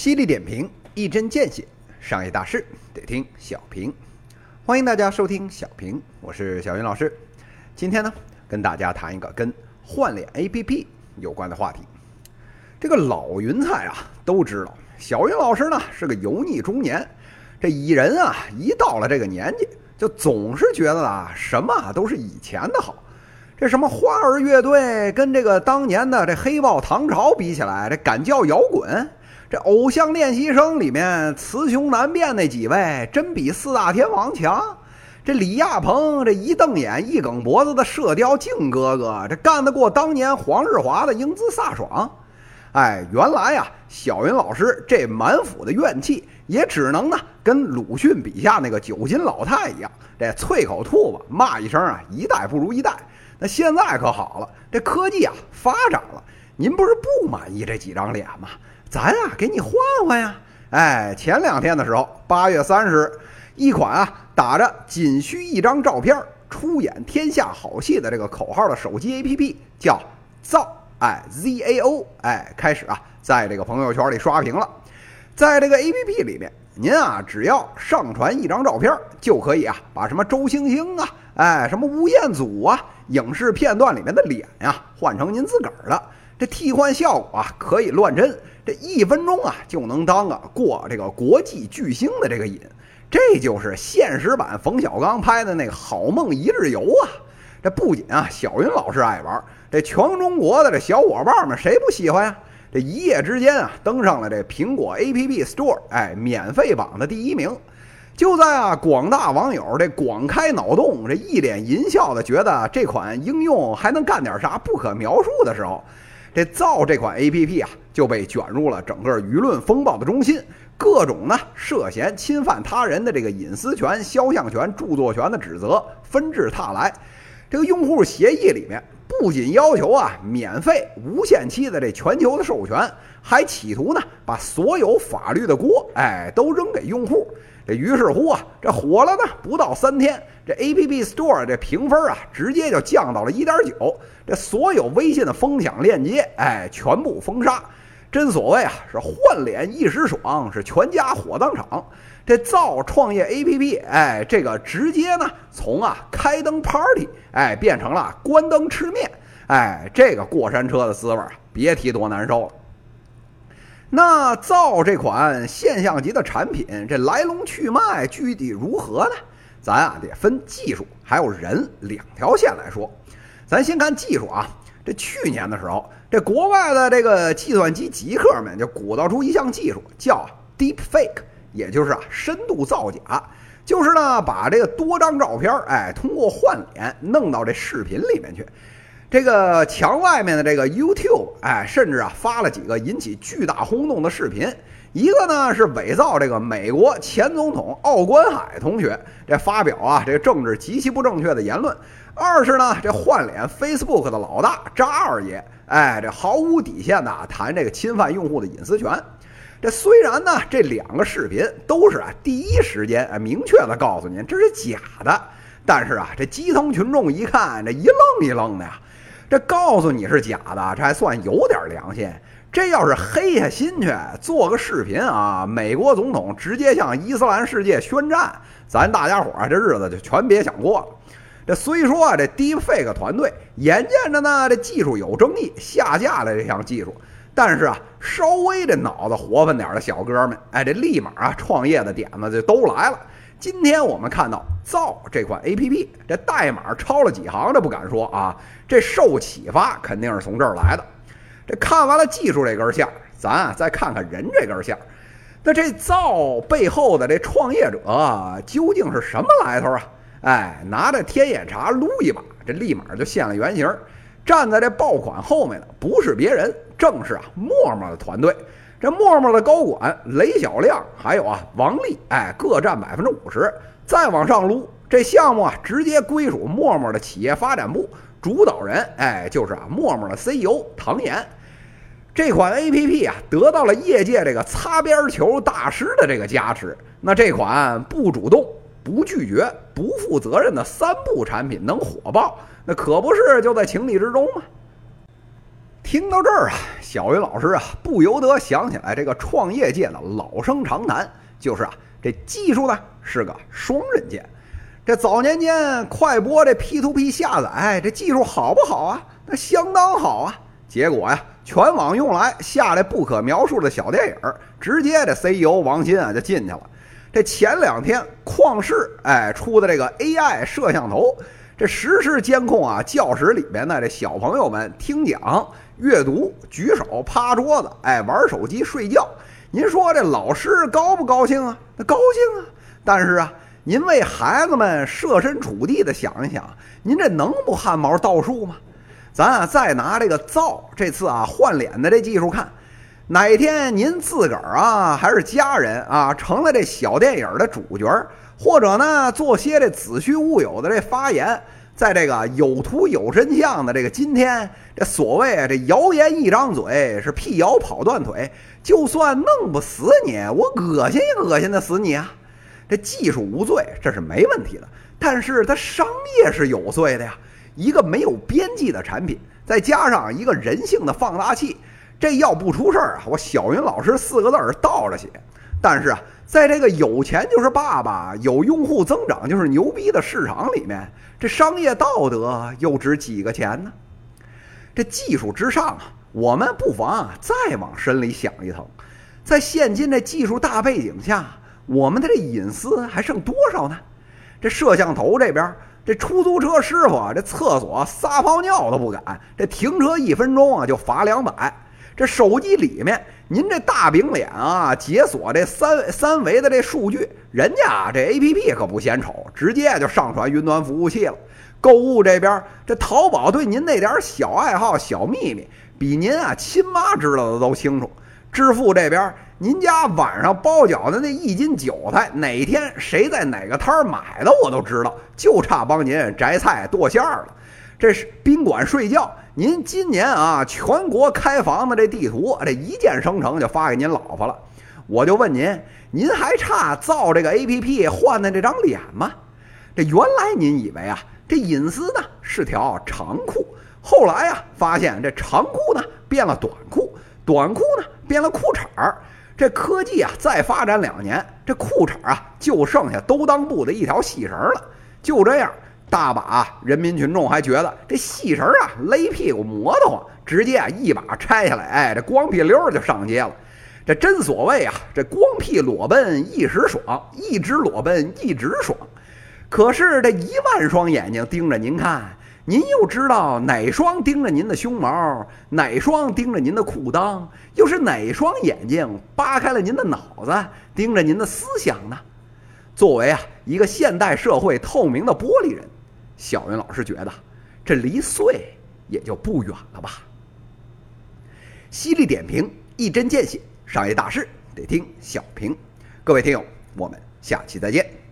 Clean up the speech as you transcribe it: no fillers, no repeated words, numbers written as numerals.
犀利点评，一针见血，商业大事得听小平。欢迎大家收听小平，我是小云老师。今天呢，跟大家谈一个跟换脸 APP 有关的话题。这个老云彩啊，都知道，小云老师呢是个油腻中年。这蚁人啊，一到了这个年纪，就总是觉得啊，什么都是以前的好。这什么花儿乐队跟这个当年的这黑豹唐朝比起来，这敢叫摇滚？这偶像练习生里面雌雄难辨那几位，真比四大天王强。这李亚鹏这一瞪眼一梗脖子的射雕靖哥哥，这干得过当年黄日华的英姿飒爽。哎，原来呀，小云老师这满腹的怨气，也只能呢跟鲁迅笔下那个九斤老太一样，这啐口吐沫骂一声啊，一代不如一代。那现在可好了，这科技啊发展了，您不是不满意这几张脸吗？咱啊给你换换呀！哎，前2天的时候，8月30，一款啊打着仅需一张照片出演天下好戏的这个口号的手机 APP 叫造，ZAO， 开始啊在这个朋友圈里刷屏了。在这个 APP 里面，您啊只要上传一张照片，就可以啊把什么周星星啊，什么吴彦祖啊，影视片段里面的脸呀换成您自个儿的。这替换效果啊可以乱真，这1分钟啊就能当过这个国际巨星的这个瘾。这就是现实版冯小刚拍的那个好梦一日游啊。这不仅啊小云老师爱玩，这全中国的这小伙伴们谁不喜欢呀？这一夜之间啊登上了这苹果 App Store 免费榜的第1名。就在啊广大网友这广开脑洞，这一脸淫笑的觉得这款应用还能干点啥不可描述的时候，这造这款 APP 啊就被卷入了整个舆论风暴的中心，各种呢涉嫌侵犯他人的这个隐私权、肖像权、著作权的指责纷至沓来。这个用户协议里面不仅要求啊免费无限期的这全球的授权，还企图呢把所有法律的锅都扔给用户。这于是乎啊，这火了呢不到3天，这 App Store 这评分啊直接就降到了1.9，这所有微信的分享链接全部封杀。真所谓啊，是换脸一时爽，是全家火葬场。这造创业 APP 这个直接呢从开灯 party 变成了关灯吃面，这个过山车的滋味别提多难受了。那造这款现象级的产品，这来龙去脉具体如何呢？咱得分技术还有人2条线来说。咱先看技术啊，这去年的时候，这国外的这个计算机极客们就鼓捣出一项技术，叫 Deepfake， 也就是深度造假，就是呢把这个多张照片通过换脸弄到这视频里面去。这个墙外面的这个 YouTube 甚至发了几个引起巨大轰动的视频。一个呢是伪造这个美国前总统奥关海同学，这发表这个政治极其不正确的言论；二是呢这换脸 Facebook 的老大扎二爷，这毫无底线的谈这个侵犯用户的隐私权。这虽然呢这2个视频都是第一时间明确的告诉您这是假的，但是这基层群众一看，这一愣一愣的呀。这告诉你是假的，这还算有点良心。这要是黑下心去做个视频美国总统直接向伊斯兰世界宣战，咱大家伙这日子就全别想过了。这虽说这 Deepfake 团队眼见着呢这技术有争议，下架了这项技术，但是稍微这脑子活泛点的小哥们这立马创业的点子就都来了。今天我们看到造这款 APP， 这代码抄了几行这不敢说这受启发肯定是从这儿来的。这看完了技术这根线，咱再看看人这根线。那这造背后的这创业者究竟是什么来头拿着天眼查撸一把，这立马就现了原形。站在这爆款后面的不是别人，正是陌陌的团队。这陌陌的高管雷小亮还有王丽各占50%。再往上撸，这项目直接归属陌陌的企业发展部，主导人就是陌陌的 CEO 唐岩。这款 APP 得到了业界这个擦边球大师的这个加持。那这款不主动、不拒绝、不负责任的3不产品能火爆，那可不是就在情理之中吗？ 听到这儿啊，小云老师啊不由得想起来这个创业界的老生常谈，就是啊，这技术呢是个双刃剑。这早年间快播这 P2P 下载，这技术好不好啊？那相当好啊。结果呀，全网用来下来不可描述的小电影，直接这 CEO 王鑫啊就进去了。这前2天旷视出的这个 AI 摄像头，这实时监控啊教室里面的这小朋友们听讲、阅读、举手、趴桌子，玩手机、睡觉。您说这老师高不高兴啊？那高兴啊。但是啊，您为孩子们设身处地的想一想，您这能不汗毛倒竖吗？咱啊再拿这个造这次啊换脸的这技术看，哪天您自个儿啊还是家人啊成了这小电影的主角，或者呢做些这子虚乌有的这发言，在这个有图有真相的这个今天，这所谓这谣言一张嘴是辟谣跑断腿，就算弄不死你，我恶心也恶心的死你啊！这技术无罪，这是没问题的，但是它商业是有罪的呀。一个没有边际的产品，再加上一个人性的放大器，这要不出事儿啊，我小云老师4个字倒着写。但是啊，在这个有钱就是爸爸、有用户增长就是牛逼的市场里面，这商业道德又值几个钱呢？这技术之上啊，我们不妨啊再往深里想一层，在现今这技术大背景下，我们的这隐私还剩多少呢？这摄像头这边，这出租车师傅啊，这厕所撒泡尿都不敢，这停车1分钟啊就罚200。这手机里面，您这大饼脸啊，解锁这三维的这数据，人家这 APP 可不嫌丑，直接就上传云端服务器了。购物这边，这淘宝对您那点小爱好、小秘密，比您啊亲妈知道的都清楚。支付这边，您家晚上包饺子那1斤韭菜，哪天谁在哪个摊儿买的我都知道，就差帮您摘菜剁馅儿了。这是宾馆睡觉，您今年啊全国开房的这地图，这一键生成就发给您老婆了。我就问您，您还差造这个 APP 换的这张脸吗？这原来您以为啊，这隐私呢是条长裤，后来啊发现这长裤呢变了短裤，短裤呢变了裤衩儿。这科技啊再发展2年，这裤衩啊就剩下兜裆布的一条细绳了。就这样，大把人民群众还觉得这细绳啊勒屁股磨得慌，直接啊一把拆下来，这光屁溜就上街了。这真所谓啊，这光屁裸奔一时爽，一直裸奔一直爽。可是这1万双眼睛盯着您看，您又知道哪双盯着您的胸毛，哪双盯着您的裤裆，又是哪双眼睛扒开了您的脑子，盯着您的思想呢？作为啊一个现代社会透明的玻璃人，小云老师觉得这离碎也就不远了吧。犀利点评，一针见血，商业大事得听小平。各位听友，我们下期再见。